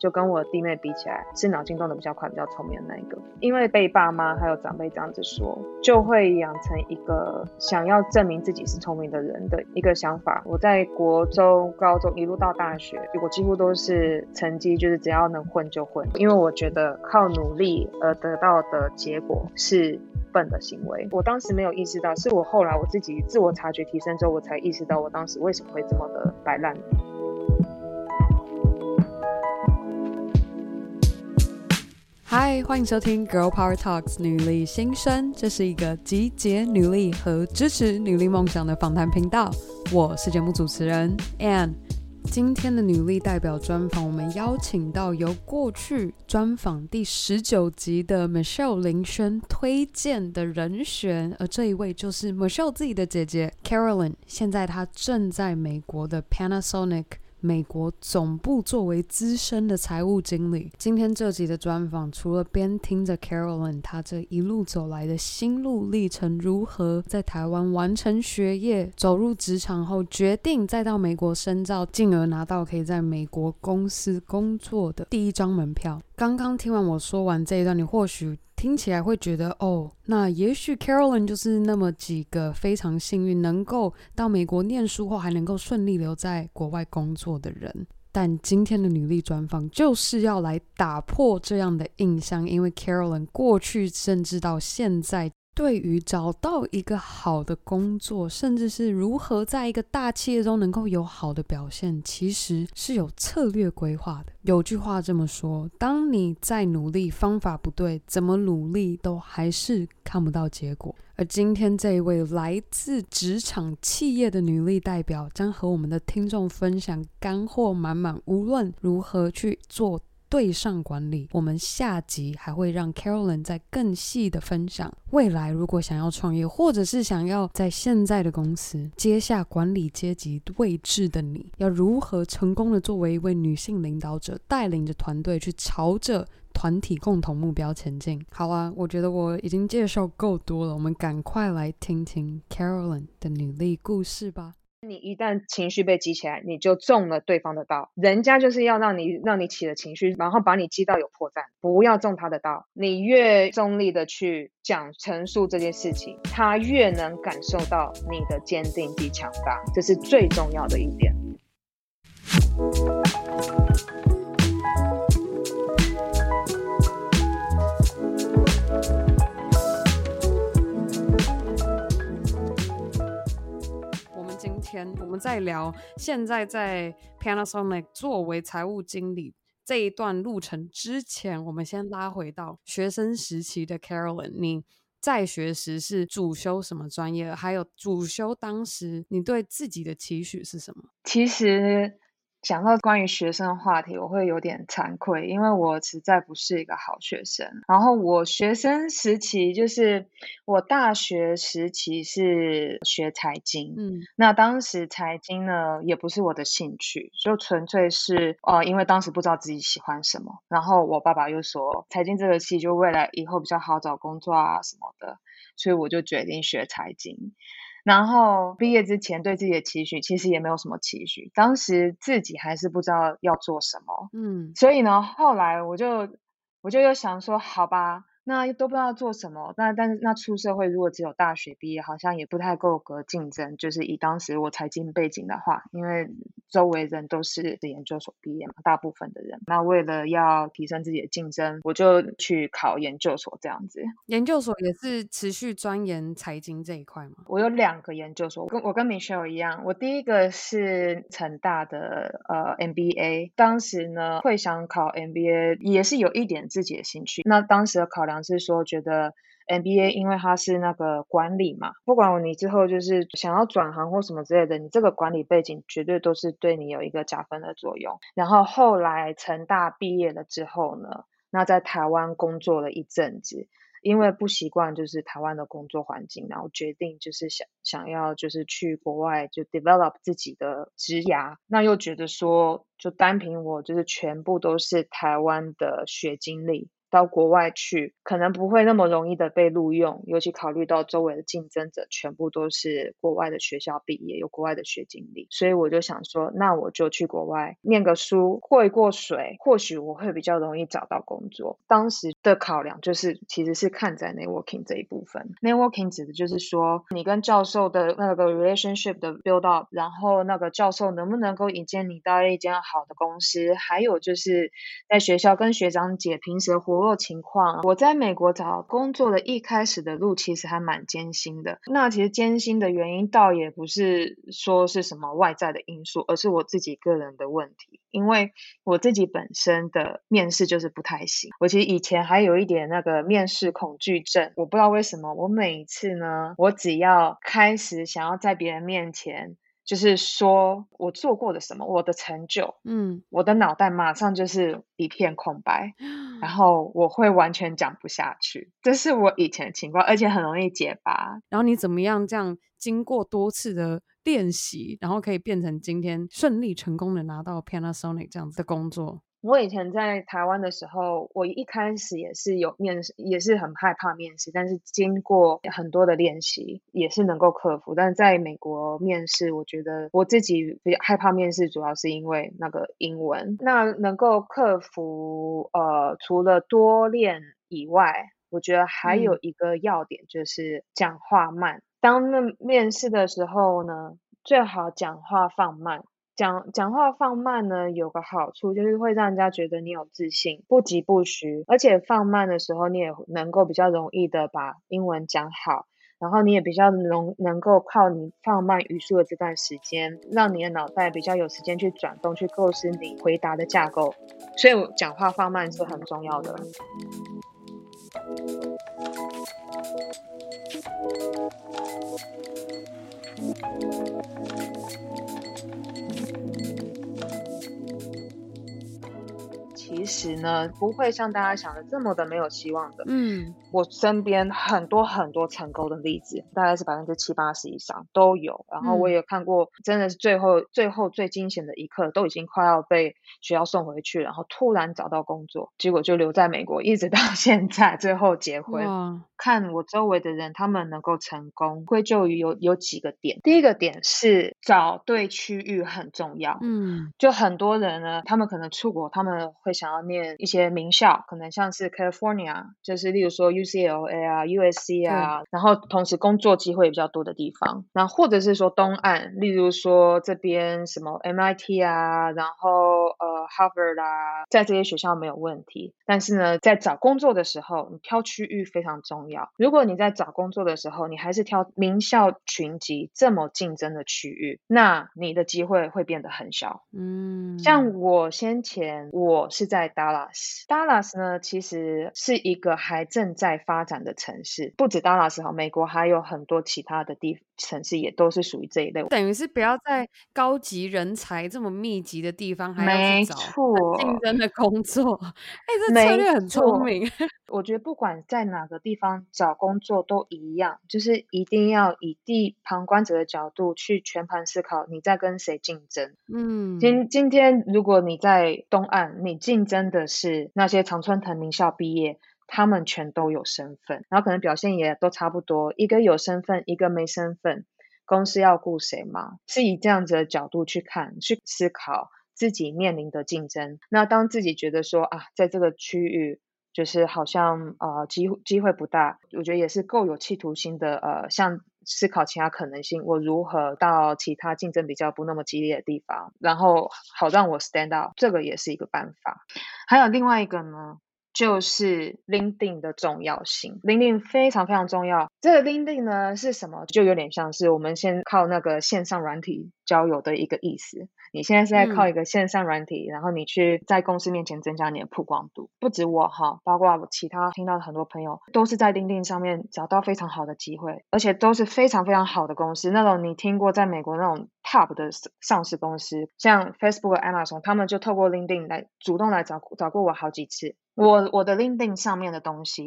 就跟我弟妹比起来是脑筋动得比较快比较聪明的那一个。因为被爸妈还有长辈这样子说，就会养成一个想要证明自己是聪明的人的一个想法。我在国中高中一路到大学，我几乎都是成绩就是只要能混就混，因为我觉得靠努力而得到的结果是笨的行为。我当时没有意识到，是我后来我自己自我察觉提升之后，我才意识到我当时为什么会这么的摆烂。 嗨，欢迎收听 Girl Power Talks 女力新生，这是一个集结女力和支持女力梦想的访谈频道。我是节目主持人 Anne。今天的女力代表专访，我们邀请到由过去专访第19集的 Michelle 林轩推荐的人选，而这一位就是 Michelle 自己的姐姐 Carolyn。现在她正在美国的 Panasonic美国总部作为资深的财务经理。今天这集的专访，除了边听着 Carolyn 她这一路走来的心路历程，如何在台湾完成学业，走入职场后决定再到美国深造，进而拿到可以在美国公司工作的第一张门票。刚刚听完我说完这一段，你或许听起来会觉得那也许 Carolyn 就是那么几个非常幸运能够到美国念书后还能够顺利留在国外工作的人。但今天的女力专访就是要来打破这样的印象，因为 Carolyn 过去甚至到现在对于找到一个好的工作，甚至是如何在一个大企业中能够有好的表现，其实是有策略规划的。有句话这么说，当你再努力，方法不对，怎么努力都还是看不到结果。而今天这一位来自职场企业的女力代表，将和我们的听众分享干货满满，无论如何去做对上管理。我们下集还会让 Carolyn 再更细的分享，未来如果想要创业，或者是想要在现在的公司接下管理阶级位置的你，要如何成功的作为一位女性领导者，带领着团队去朝着团体共同目标前进。好啊，我觉得我已经介绍够多了，我们赶快来听听 Carolyn 的女力故事吧。 你一旦情绪被激起来，你就中了对方的道。人家就是要让你起了情绪，然后把你激到有破绽，不要中他的道。你越中立的去陈述这件事情，他越能感受到你的坚定及强大，这是最重要的一点。 今天我们在聊现在在 Panasonic 作为财务经理这一段路程之前，我们先拉回到学生时期的 Carolyn。 你在学时是主修什么专业，还有主修当时你对自己的期许是什么？ 其实讲到关于学生的话题，我会有点惭愧，因为我实在不是一个好学生。然后我学生时期，就是我大学时期是学财经，那当时财经呢也不是我的兴趣，就纯粹是因为当时不知道自己喜欢什么，然后我爸爸又说财经这个系就未来以后比较好找工作啊什么的，所以我就决定学财经。然后毕业之前对自己的期许其实也没有什么期许，当时自己还是不知道要做什么，所以呢后来我就又想说好吧，那都不知道做什么，但是那出社会如果只有大学毕业好像也不太够格竞争，就是以当时我财经背景的话，因为周围人都是研究所毕业嘛，大部分的人，那为了要提升自己的竞争，我就去考研究所这样子。 研究所也是持续钻研财经这一块吗？ 我有2个研究所，我跟 Michelle 一样，我第一个是成大的MBA， 当时呢会想考 MBA 也是有一点自己的兴趣，那当时的考量是说觉得MBA 因为它是那个管理嘛，不管你之后就是想要转行或什么之类的，你这个管理背景绝对都是对你有一个加分的作用。然后后来成大毕业了之后呢，那在台湾工作了一阵子，因为不习惯就是台湾的工作环境，然后决定就是想要就是去国外就 develop 自己的职涯，那又觉得说就单凭我就是全部都是台湾的学经历， 到国外去，可能不会那么容易的被录用，尤其考虑到周围的竞争者全部都是国外的学校毕业，有国外的学经历，所以我就想说，那我就去国外念个书，过一过水，或许我会比较容易找到工作。当时的考量其实是看在 networking 这一部分。networking 指的就是说，你跟教授的那个 relationship 的 build up， 然后那个教授能不能够引荐你到一间好的公司，还有就是在学校跟学长姐平时的活络情况。我在美国找工作的一开始的路其实还蛮艰辛的，那其实艰辛的原因倒也不是说是什么外在的因素，而是我自己个人的问题。因为我自己本身的面试就是不太行，我其实以前还有一点那个面试恐惧症，我不知道为什么，我每一次呢，我只要开始想要在别人面前就是说我做过的什么，我的成就，我的脑袋马上就是一片空白，然后我会完全讲不下去，这是我以前的情况，而且很容易结巴。 然后你怎么样这样经过多次的练习，然后可以变成今天顺利成功的拿到 Panasonic 这样子的工作？ 我以前在台湾的时候，我一开始也是有面试，也是很害怕面试，但是经过很多的练习，也是能够克服。但是在美国面试，我觉得我自己比较害怕面试，主要是因为那个英文。那能够克服，除了多练以外，我觉得还有一个要点就是讲话慢。当面试的时候呢，最好讲话放慢。讲话放慢呢，有个好处就是会让人家觉得你有自信，不疾不徐，而且放慢的时候，你也能够比较容易的把英文讲好，然后你也比较能够靠你放慢语速的这段时间，让你的脑袋比较有时间去转动，去构思你回答的架构，所以讲话放慢是很重要的。其实呢，不会像大家想的这么的没有希望的。我身边很多很多成功的例子，大概是70%-80%以上都有。然后我也看过，真的是最后最惊险的一刻，都已经快要被学校送回去，然后突然找到工作，结果就留在美国，一直到现在，最后结婚。看我周围的人，他们能够成功，归咎于有几个点。第一个点是找对区域很重要。就很多人呢，他们可能出国，他们会想要念一些名校，可能像是 California， 就是例如说 UCLA 啊 USC 啊，然后同时工作机会比较多的地方。然后或者是说东岸，例如说这边什么 MIT 啊，然后Harvard 啊，在这些学校没有问题。但是呢，在找工作的时候，你挑区域非常重要。如果你在找工作的时候，你还是挑名校群集这么竞争的区域，那你的机会会变得很小。像我先前我是在 Dallas 呢，其实是一个还正在发展的城市，不止 Dallas 美国还有很多其他的城市也都是属于这一类。 等于是不要在高级人才这么密集的地方还要去找竞争的工作，这策略很聪明。 我觉得不管在哪个地方找工作都一样，就是一定要以旁观者的角度去全盘思考你在跟谁竞争。今天如果你在东岸，你竞争的是那些常春藤名校毕业，他们全都有身份，然后可能表现也都差不多，一个有身份，一个没身份，公司要雇谁吗？是以这样子的角度去看，去思考自己面临的竞争。那当自己觉得说在这个区域就是好像机会不大，我觉得也是够有企图心的像思考其他可能性，我如何到其他竞争比较不那么激烈的地方，然后好让我 stand out， 这个也是一个办法。还有另外一个呢，就是 LinkedIn 的重要性。LinkedIn 非常非常重要。这个 LinkedIn 呢是什么？就有点像是我们先靠那个线上软体交友的一个意思。你现在是在靠一个线上软体，然后你去在公司面前增加你的曝光度。不止我包括我其他听到的很多朋友都是在 LinkedIn 上面找到非常好的机会，而且都是非常非常好的公司，那种你听过在美国那种 top 的上市公司，像 Facebook 和 Amazon， 他们就透过 LinkedIn 来主动来找过我好几次。我的 LinkedIn 上面的东西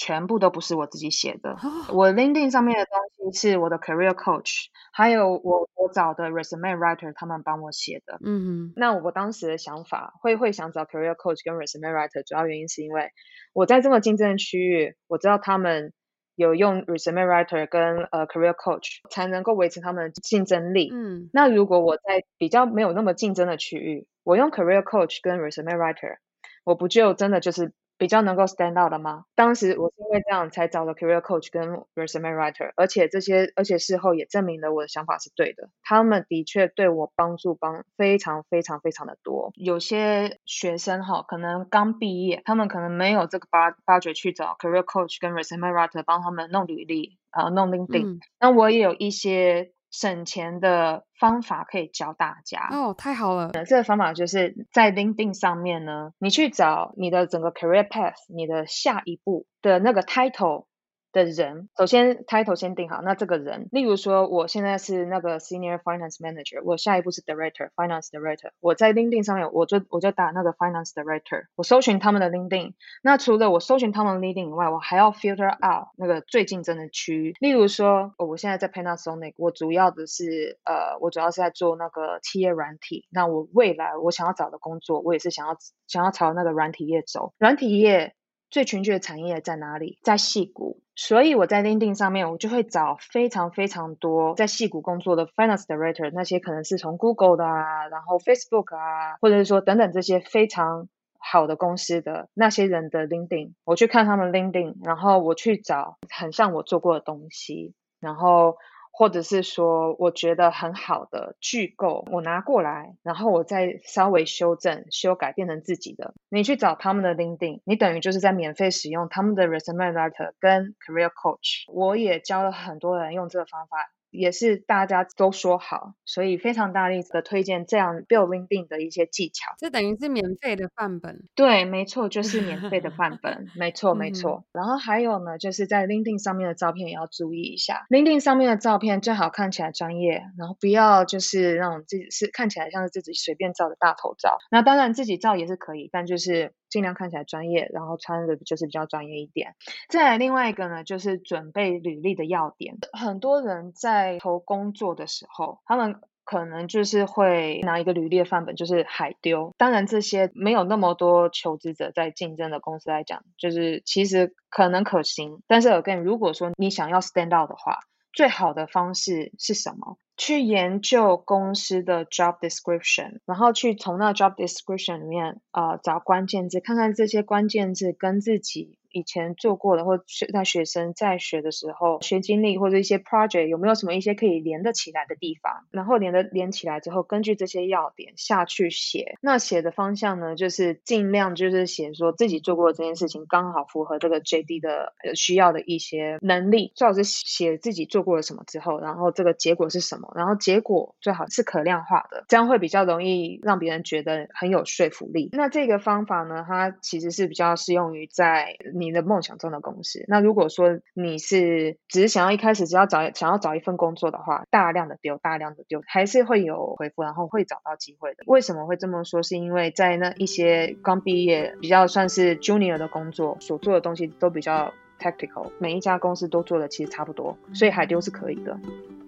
全部都不是我自己写的。 哦我 LinkedIn 上面的东西是我的 career coach，还有我找的 resume writer 他们帮我写的。那我当时的想法会想找 career coach 跟 resume writer， 主要原因是因为我在这么竞争的区域，我知道他们有用 resume writer 跟career coach 才能够维持他们的竞争力。那如果我在比较没有那么竞争的区域，我用 career coach 跟 resume writer， 我不就真的就是比较能够 stand out 的吗？当时我是因为这样才找了 career coach 跟 resume writer， 而且事后也证明了我的想法是对的，他们的确对我帮助非常非常非常的多。有些学生可能刚毕业，他们可能没有这个budget去找 career coach 跟 resume writer 帮他们弄履历弄 LinkedIn，那我也有一些省钱的方法可以教大家。 哦，太好了。 这个方法就是在 LinkedIn 上面呢，你去找你的整个 career path， 你的下一步的那个 title 的人，首先 title 先定好，那这个人，例如说我现在是那个 senior finance manager， 我下一步是 director finance director， 我在 LinkedIn 上面我就打那个 finance director， 我搜寻他们的 LinkedIn， 那除了我搜寻他们的 LinkedIn 以外，我还要 filter out 那个最竞争的区域，例如说我现在在 Panasonic， 我主要是在做那个企业软体，那我未来我想要找的工作，我也是想要朝那个软体业走，软体业最群聚的产业在哪里？在矽谷。所以我在 LinkedIn 上面，我就会找非常非常多在矽谷工作的 finance director， 那些可能是从 Google 的然后 Facebook 或者是说等等这些非常好的公司的那些人的 LinkedIn， 我去看他们 LinkedIn， 然后我去找很像我做过的东西，然后或者是说我觉得很好的句构，我拿过来，然后我再稍微修改变成自己的。你去找他们的 LinkedIn， 你等于就是在免费使用他们的 resume writer 跟 career coach。我也教了很多人用这个方法，也是大家都说好，所以非常大力的推荐这样 build LinkedIn 的一些技巧。 这等于是免费的范本。 对，没错，就是免费的范本，没错没错。然后还有呢，就是在 LinkedIn 上面的照片也要注意一下，LinkedIn 上面的照片最好看起来专业，然后不要就是那种自己是看起来像是自己随便照的大头照。那当然自己照也是可以，但就是尽量看起来专业，然后穿的就是比较专业一点。再来另外一个呢，就是准备履历的要点。很多人在投工作的时候，他们可能就是会拿一个履历的范本，就是海丢。当然这些没有那么多求职者在竞争的公司来讲，就是其实可能可行。但是 again， 如果说你想要 stand out 的话，最好的方式是什么？去研究公司的 job description， 然后去从那 job description 里面找关键字，看看这些关键字跟自己以前做过的，或在学生在学的时候学经历或者一些 project 有没有什么一些可以连得起来的地方，然后连起来之后，根据这些要点下去写。那写的方向呢，就是尽量就是写说自己做过的这件事情刚好符合这个 JD 的需要的一些能力，最好是写自己做过了什么之后，然后这个结果是什么，然后结果最好是可量化的，这样会比较容易让别人觉得很有说服力。那这个方法呢，它其实是比较适用于在你的梦想中的公司。那如果说你是只是想要一开始想要找一份工作的话，大量的丢，还是会有回复，然后会找到机会的。为什么会这么说？是因为在那一些刚毕业比较算是 junior 的工作，所做的东西都比较 tactical， 每一家公司都做的其实差不多，所以海丢是可以的。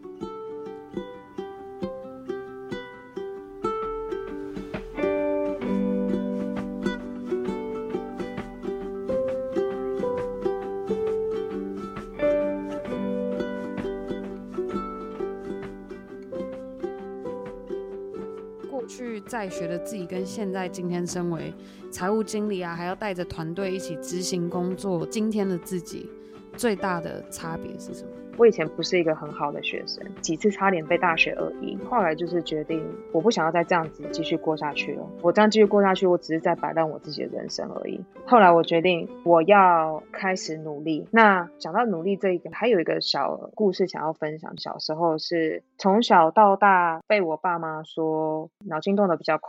过去在学的自己跟现在今天身为财务经理还要带着团队一起执行工作，今天的自己最大的差别是什么？ 我以前不是一个很好的学生，几次差点被大学恶意，后来就是决定我不想要再这样子继续过下去了。我这样继续过下去，我只是在摆烂我自己的人生而已。后来我决定我要开始努力。那讲到努力这一个，还有一个小故事想要分享。小时候是从小到大被我爸妈说脑筋动得比较快，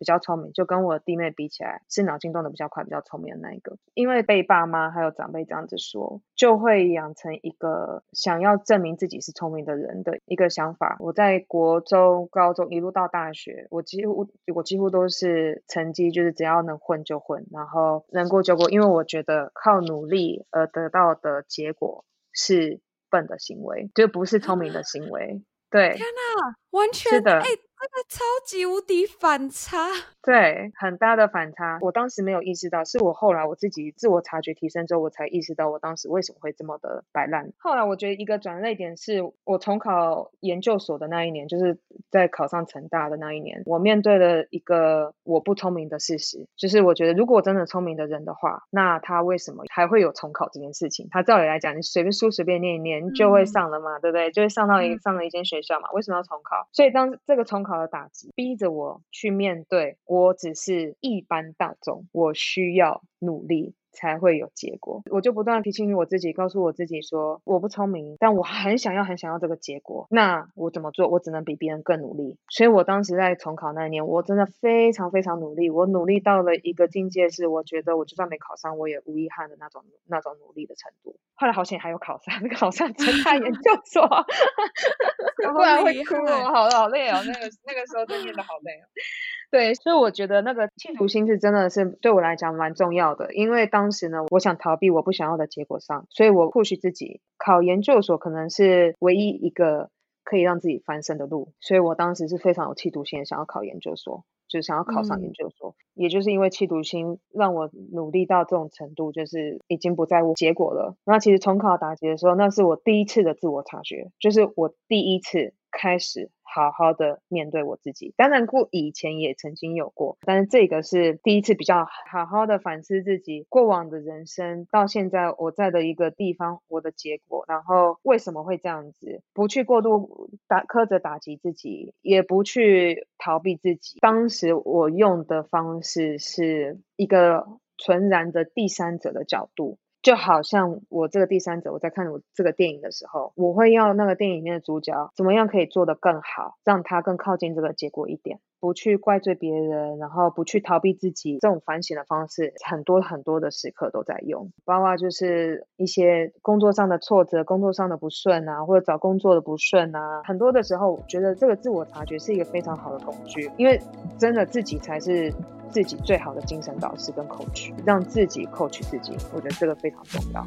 比较聪明，就跟我弟妹比起来是脑筋动得比较快比较聪明的那一个。因为被爸妈还有长辈这样子说，就会养成一个想要证明自己是聪明的人的一个想法。我在国中高中一路到大学，我几乎都是成绩就是只要能混就混，然后能过就过，因为我觉得靠努力而得到的结果是笨的行为，就不是聪明的行为。对， 天哪，完全是的， 这个超级无敌反差。 对，很大的反差。我当时没有意识到，是我后来我自己自我察觉提升之后，我才意识到我当时为什么会这么的摆烂。后来我觉得一个转捩点是我重考研究所的那一年，就是在考上成大的那一年，我面对了一个我不聪明的事实，就是我觉得如果我真的聪明的人的话，那他为什么还会有重考这件事情？他照理来讲，你随便书随便念一念就会上了嘛，对不对？就会上了一间学校嘛，为什么要重考？所以当这个重考的打击逼着我去面对，我只是一般大众，我需要努力才会有结果。我就不断提醒我自己，告诉我自己说我不聪明，但我很想要这个结果，那我怎么做？我只能比别人更努力。所以我当时在重考那一年，我真的非常非常努力，我努力到了一个境界，是我觉得我就算没考上我也无遗憾的那种努力的程度。后来好险还有考上成大研究所不然会哭哦，好累哦，那个时候真念得好累哦。对，所以我觉得那个企图心是真的是对我来讲蛮重要的，因为当时呢，我想逃避我不想要的结果上，所以我push自己考研究所可能是唯一一个可以让自己翻身的路，所以我当时是非常有企图心的想要考研究所，就是想要考上研究所，也就是因为企图心让我努力到这种程度，就是已经不在乎结果了。那其实重考打击的时候，那是我第一次的自我察觉，就是我第一次开始好好的面对我自己。当然以前也曾经有过，但是这个是第一次比较好好的反思自己过往的人生到现在我在的一个地方，我的结果，然后为什么会这样子，不去过度苛责打击自己，也不去逃避自己。当时我用的方式是一个纯然的第三者的角度，就好像我这个第三者，我在看我这个电影的时候，我会要那个电影里面的主角怎么样可以做得更好，让他更靠近这个结果一点，不去怪罪别人，然后不去逃避自己，这种反省的方式很多很多的时刻都在用，包括就是一些工作上的挫折，工作上的不顺啊，或者找工作的不顺啊，很多的时候我觉得这个自我察觉是一个非常好的工具，因为真的自己才是自己最好的精神导师跟 coach， 让自己 coach 自己，我觉得这个非常重要。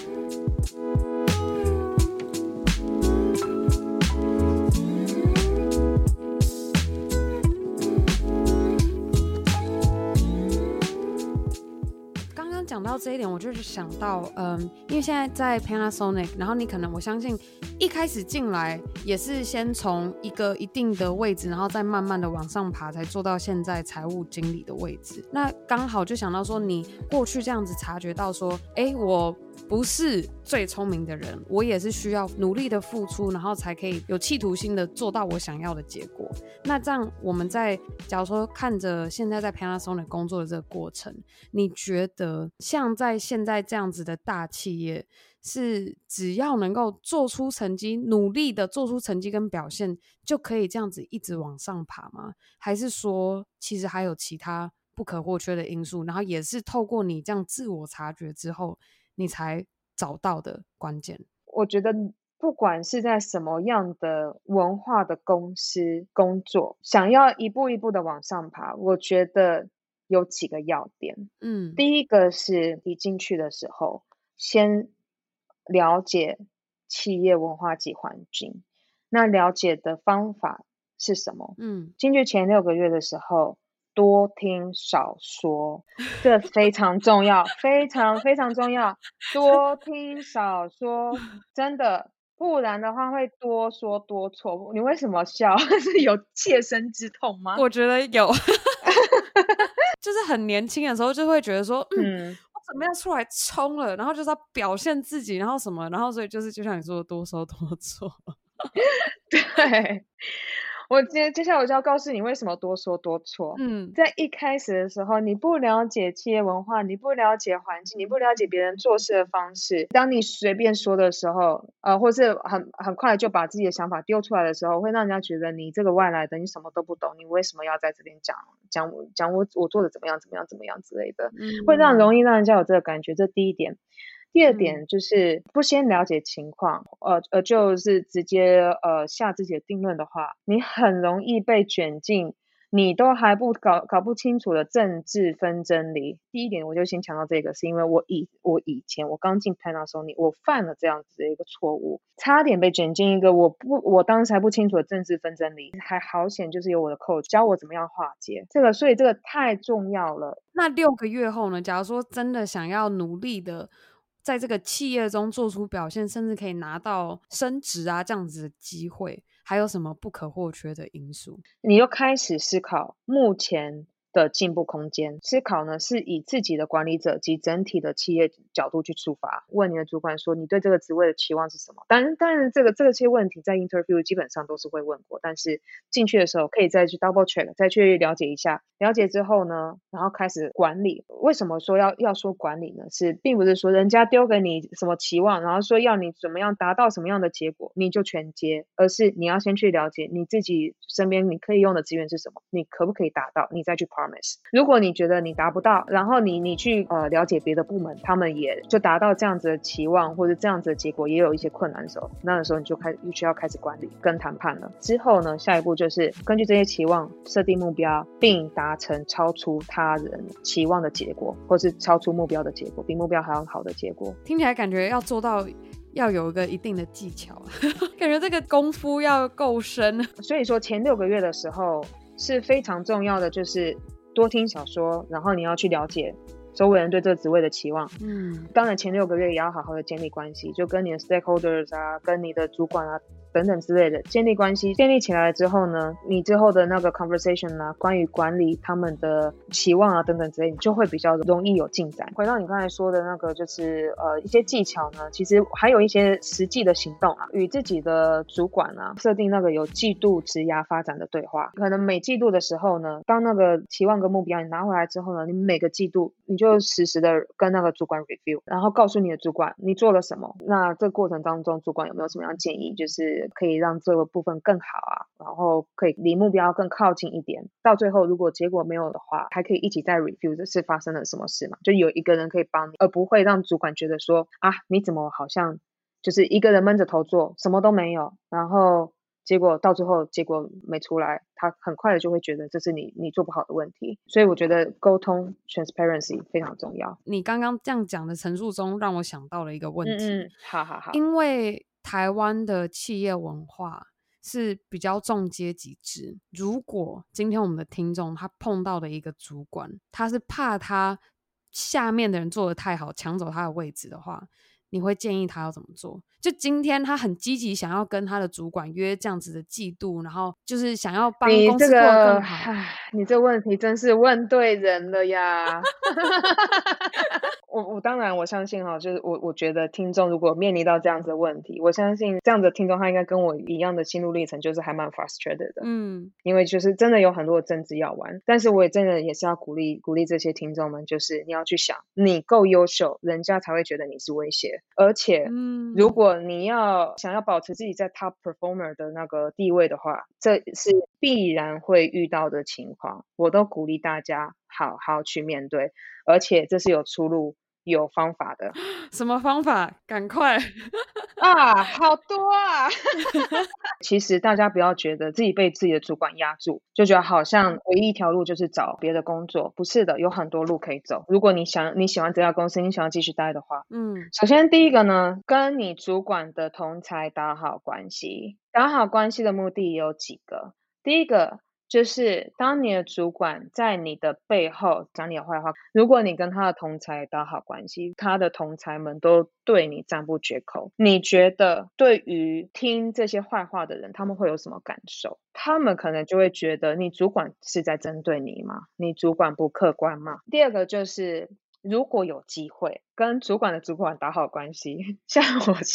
讲到这一点，我就是想到，因为现在在 Panasonic， 然后你可能我相信一开始进来也是先从一个一定的位置，然后再慢慢的往上爬，才做到现在财务经理的位置。那刚好就想到说，你过去这样子察觉到说，我不是最聪明的人，我也是需要努力的付出，然后才可以有企图心的做到我想要的结果。那这样我们在假如说看着现在在 Panasonic 工作的这个过程，你觉得像在现在这样子的大企业，是只要能够做出成绩，努力的做出成绩跟表现，就可以这样子一直往上爬吗？还是说其实还有其他不可或缺的因素，然后也是透过你这样自我察觉之后你才找到的关键？ 我觉得不管是在什么样的文化的公司工作，想要一步一步的往上爬，我觉得有几个要点。第一个是你进去的时候，先了解企业文化及环境。那了解的方法是什么？进去前6个月的时候，多听少说，这非常重要，非常非常重要。多听少说，真的，不然的话会多说多错。你为什么笑？是有切身之痛吗？ 我觉得有。就是很年轻的时候就会觉得说，我怎么样出来冲了，然后就是要表现自己，然后什么，然后所以就是就像你说的多说多错。 对， 我接下来我就要告诉你为什么多说多错。在一开始的时候，你不了解企业文化，你不了解环境，你不了解别人做事的方式，当你随便说的时候，或是很快就把自己的想法丢出来的时候，会让人家觉得你这个外来的，你什么都不懂，你为什么要在这边讲我做的怎么样之类的，会容易让人家有这个感觉，这第一点。第二点就是不先了解情况，就是直接下自己的定论的话，你很容易被卷进你都还不搞不清楚的政治纷争里。第一点我就先强调这个，是因为我以前我刚进 Panasonic， 我犯了这样子的一个错误，差点被卷进一个我当时还不清楚的政治纷争里，还好险就是有我的 coach 教我怎么样化解这个，所以这个太重要了。 那6个月后呢，假如说真的想要努力的在这个企业中做出表现，甚至可以拿到升职啊这样子的机会，还有什么不可或缺的因素？ 你又开始思考目前的进步空间，思考呢是以自己的管理者及整体的企业角度去出发，问你的主管说你对这个职位的期望是什么。当然这些问题在 interview 基本上都是会问过，但是进去的时候可以再去 double check， 再去了解一下，了解之后呢，然后开始管理。为什么说要说管理呢？是并不是说人家丢给你什么期望，然后说要你怎么样达到什么样的结果你就全接，而是你要先去了解你自己身边你可以用的资源是什么，你可不可以达到，你再去 promise。如果你觉得你达不到，然后你去了解别的部门，他们也就达到这样子的期望或者这样子的结果，也有一些困难的时候，那个时候你就需要开始管理跟谈判了。之后呢，下一步就是根据这些期望设定目标，并达成超出他人期望的结果，或是超出目标的结果，比目标还要好的结果。 听起来感觉要做到要有一个一定的技巧感觉这个功夫要够深。 所以说前6个月的时候是非常重要的，就是多听小说，然后你要去了解周围人对这个职位的期望。当然前6个月也要好好的建立关系，就跟你的 stakeholders 啊，跟你的主管啊等等之类的建立关系。建立起来了之后呢，你之后的那个 conversation 啊，关于管理他们的期望啊等等之类，你就会比较容易有进展。回到你刚才说的那个就是一些技巧呢，其实还有一些实际的行动啊，与自己的主管啊设定那个有季度职涯发展的对话。可能每季度的时候呢，当那个期望跟目标你拿回来之后呢，你每个季度你就实时的跟那个主管 review， 然后告诉你的主管你做了什么，那这个过程当中主管有没有什么样的建议，就是可以让这个部分更好啊，然后可以离目标更靠近一点。到最后如果结果没有的话，还可以一起再 review 这是发生了什么事嘛，就有一个人可以帮你，而不会让主管觉得说啊你怎么好像就是一个人闷着头做什么都没有，然后结果到最后结果没出来，他很快的就会觉得这是你做不好的问题。所以我觉得沟通 transparency 非常重要。 你刚刚这样讲的陈述中让我想到了一个问题。 好， 因为台湾的企业文化是比较重阶级制，如果今天我们的听众他碰到的一个主管，他是怕他下面的人做得太好抢走他的位置的话，你会建议他要怎么做？就今天他很积极想要跟他的主管约这样子的季度，然后就是想要帮公司做得更好。 你这问题真是问对人了呀我当然我相信就是我觉得听众如果面临到这样子的问题，我相信这样的听众他应该跟我一样的心路历程，就是还蛮 frustrated 的。因为就是真的有很多的政治要玩，但是我也真的也是要鼓励这些听众们，就是你要去想你够优秀，人家才会觉得你是威胁。而且如果你想要保持自己在 top performer 的那个地位的话，这是必然会遇到的情况，我都鼓励大家好好去面对，而且这是有出路有方法的。 什么方法？赶快好多啊其实大家不要觉得自己被自己的主管压住，就觉得好像唯一一条路就是找别的工作，不是的，有很多路可以走。如果你喜欢这家公司，你想要继续待的话，首先第一个呢，跟你主管的同才打好关系。打好关系的目的有几个，第一个就是当你的主管在你的背后讲你的坏话，如果你跟他的同才打好关系，他的同才们都对你赞不绝口，你觉得对于听这些坏话的人他们会有什么感受？他们可能就会觉得你主管是在针对你吗？你主管不客观吗？第二个就是如果有机会跟主管的主管打好关系，像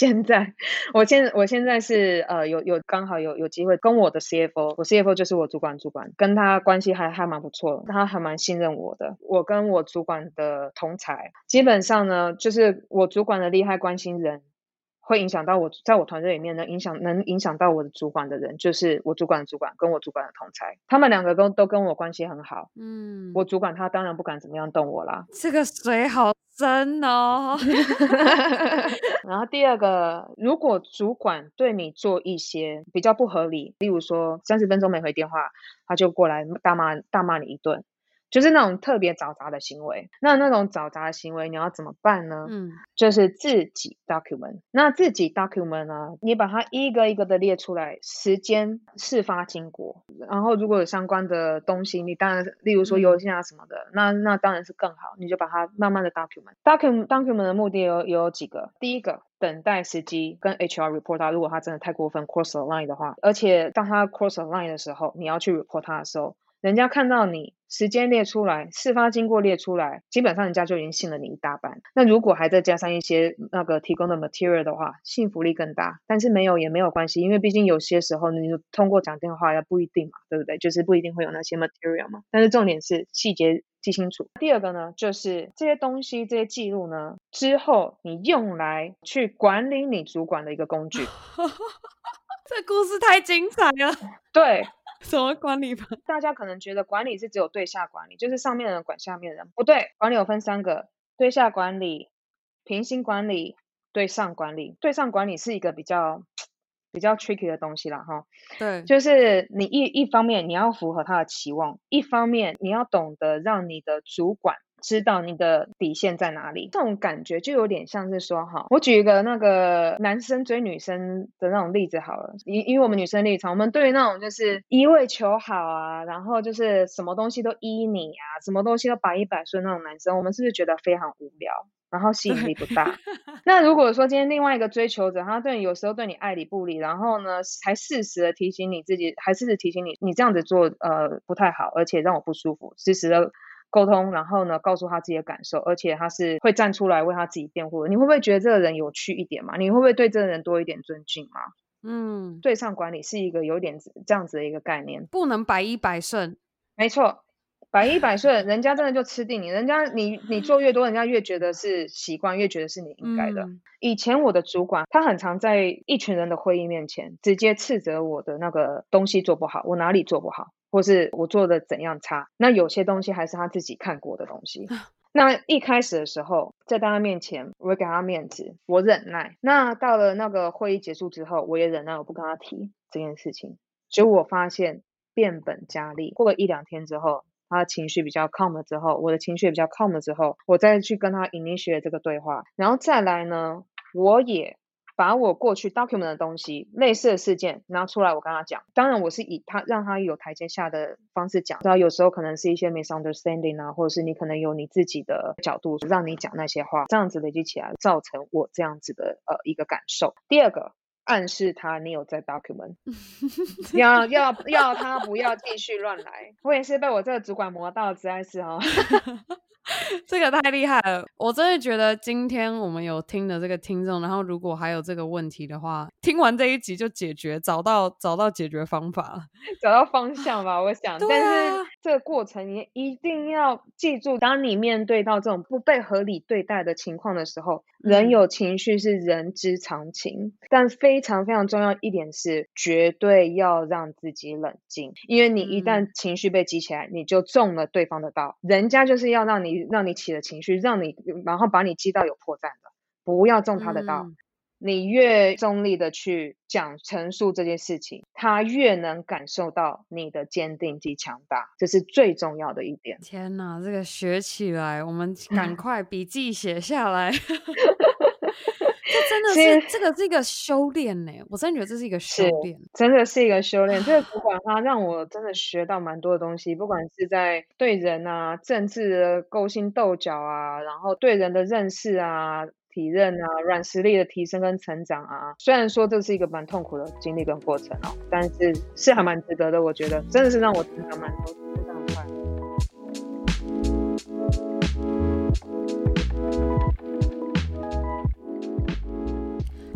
我现在是刚好有机会跟我的 CFO， 我 CFO 就是我主管，跟他关系还蛮不错的，他还蛮信任我的。我跟我主管的同才，基本上呢，就是我主管的利害关心人，会影响到我，在我团队里面能影响到我的主管的人，就是我主管的主管跟我主管的同才，他们两个都跟我关系很好。我主管他当然不敢怎么样动我啦。 这个水好深哦。 然后第二个，如果主管对你做一些比较不合理，例如说30分钟没回电话，他就过来大骂你一顿，就是那种特别找茬的行为。那种找茬的行为你要怎么办呢？就是自己 document。那自己 document 呢，你把它一个一个的列出来，时间、事发经过，然后如果有相关的东西，你当然例如说邮件啊什么的，那当然是更好，你就把它慢慢的 document 的目的有几个。第一个，等待时机跟 HR report 他，如果他真的太过分 cross the line 的话，而且当他 cross the line 的时候，你要去 report 他的时候，人家看到你时间列出来，事发经过列出来，基本上人家就已经信了你一大半。那如果还再加上一些那个提供的 material 的话，信服力更大。但是没有也没有关系，因为毕竟有些时候你通过讲电话也不一定嘛，对不对？就是不一定会有那些 material 嘛。但是重点是细节记清楚。第二个呢，就是这些东西这些记录呢，之后你用来去管理你主管的一个工具。 这故事太精彩了。 对。 什么管理法？ 大家可能觉得管理是只有对下管理，就是上面的人管下面的人，不对，管理有分3个：对下管理、平行管理、对上管理。对上管理是一个比较 tricky 的东西啦齁。 对， 就是你一方面你要符合他的期望，一方面你要懂得让你的主管知道你的底线在哪里。这种感觉就有点像是说我举一个那个男生追女生的那种例子好了。因为我们女生立场，我们对于那种就是一味求好啊，然后就是什么东西都依你啊，什么东西都百依百顺那种男生，我们是不是觉得非常无聊，然后吸引力不大？那如果说今天另外一个追求者，他有时候对你爱理不理，然后呢还适时的提醒你自己，还适时提醒你这样子做不太好，而且让我不舒服，适时的沟通，然后呢告诉他自己的感受，而且他是会站出来为他自己辩护的，你会不会觉得这个人有趣一点嘛？你会不会对这个人多一点尊敬嘛？对上管理是一个有点这样子的一个概念， 不能百依百顺。 没错，百依百顺，人家真的就吃定你，人家你做越多，人家越觉得是习惯，越觉得是你应该的。以前我的主管他很常在一群人的会议面前直接斥责我的那个东西做不好，我哪里做不好，或是我做的怎样差。那有些东西还是他自己看过的东西。那一开始的时候在大家面前我会给他面子，我忍耐。那到了那个会议结束之后，我也忍耐，我不跟他提这件事情。结果我发现变本加厉，过了1-2天之后，他的情绪比较 calm 了之后，我的情绪也比较 calm 了之后，我再去跟他 initiate 这个对话。然后再来呢，我也把我过去 document 的东西，类似的事件拿出来，我跟他讲。当然我是以让他有台阶下的方式讲，然后有时候可能是一些 misunderstanding 啊，或者是你可能有你自己的角度让你讲那些话，这样子累积起来造成我这样子的一个感受。第二个，暗示他你有在 document 要他不要继续乱来。我也是被我这个主管磨到实在是这个太厉害了，我真的觉得今天我们有听的这个听众，然后如果还有这个问题的话，听完这一集就解决，找到解决方法， 找到方向吧，我想。但是这个过程你一定要记住，当你面对到这种不被合理对待的情况的时候，人有情绪是人之常情，但非常非常重要一点是绝对要让自己冷静，因为你一旦情绪被激起来，你就中了对方的道。人家就是要让你起了情绪，然后把你激到有破绽的，不要中他的道。你越中立的去陈述这件事情，他越能感受到你的坚定及强大，这是最重要的一点。 天哪，这个学起来，我们赶快笔记写下来。这真的是这个是一个修炼呢，我真的觉得这是一个修炼， 真的是一个修炼。这个主管他让我真的学到蛮多的东西，不管是在对人啊、政治的勾心斗角啊，然后对人的认识啊、体认啊、软实力的提升跟成长啊。虽然说这是一个蛮痛苦的经历跟过程但是还蛮值得的，我觉得真的是让我成长蛮多，非常快。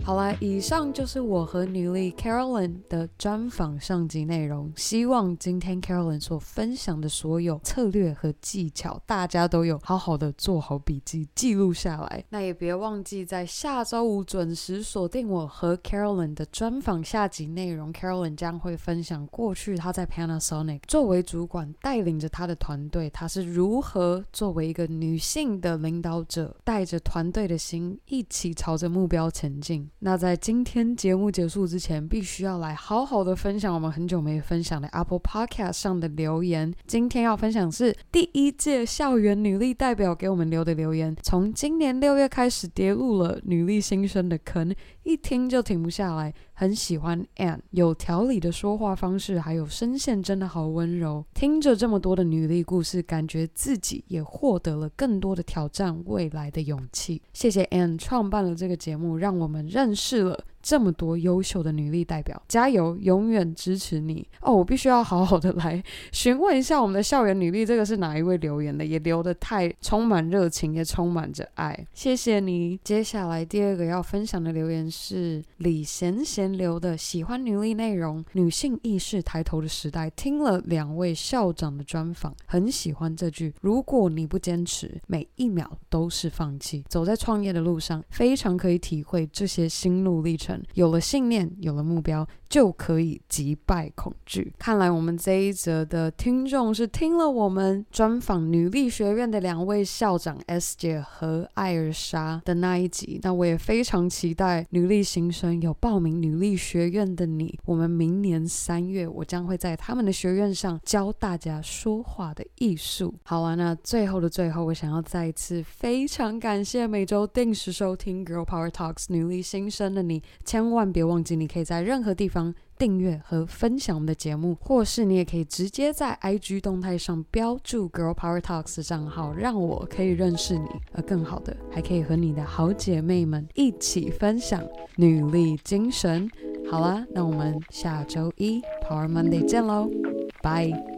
好啦，以上就是我和女力 Carolyn 的专访上集内容。希望今天 Carolyn 所分享的所有策略和技巧，大家都有好好的做好笔记，记录下来。那也别忘记在下周五准时锁定我和 Carolyn 的专访下集内容。Carolyn 将会分享过去她在 Panasonic 作为主管，带领着她的团队，她是如何作为一个女性的领导者，带着团队的心一起朝着目标前进。那在今天节目结束之前，必须要来好好的分享我们很久没分享的 Apple Podcast 上的留言。今天要分享是第一届校园女力代表给我们留的留言，从今年6月开始跌入了女力新生的坑，一听就停不下来，很喜欢 Ann 有条理的说话方式，还有声线真的好温柔。听着这么多的女力故事，感觉自己也获得了更多的挑战未来的勇气。谢谢 Ann 创办了这个节目，让我们认识了这么多优秀的女力代表，加油，永远支持你哦！我必须要好好的来询问一下我们的校园女力，这个是哪一位留言的，也留得太充满热情，也充满着爱，谢谢你。接下来第二个要分享的留言是李贤贤留的，喜欢女力内容，女性意识抬头的时代，听了2位校长的专访，很喜欢这句，如果你不坚持，每一秒都是放弃。走在创业的路上，非常可以体会这些心路历程，有了信念，有了目标，就可以击败恐惧。看来我们这一则的听众是听了我们专访女力学院的2位校长 S 姐和艾尔莎的那一集，那我也非常期待女力新生有报名女力学院的你，我们明年3月我将会在他们的学院上教大家说话的艺术。好了，那最后的最后，我想要再一次非常感谢每周定时收听 Girl Power Talks 女力新生的你，千万别忘记你可以在任何地方订阅和分享我们的节目，或是你也可以直接在 IG 动态上标注 Girl Power Talks 的账号，让我可以认识你，而更好的还可以和你的好姐妹们一起分享女力精神。好啦，那我们下周一 Power Monday 见咯，拜。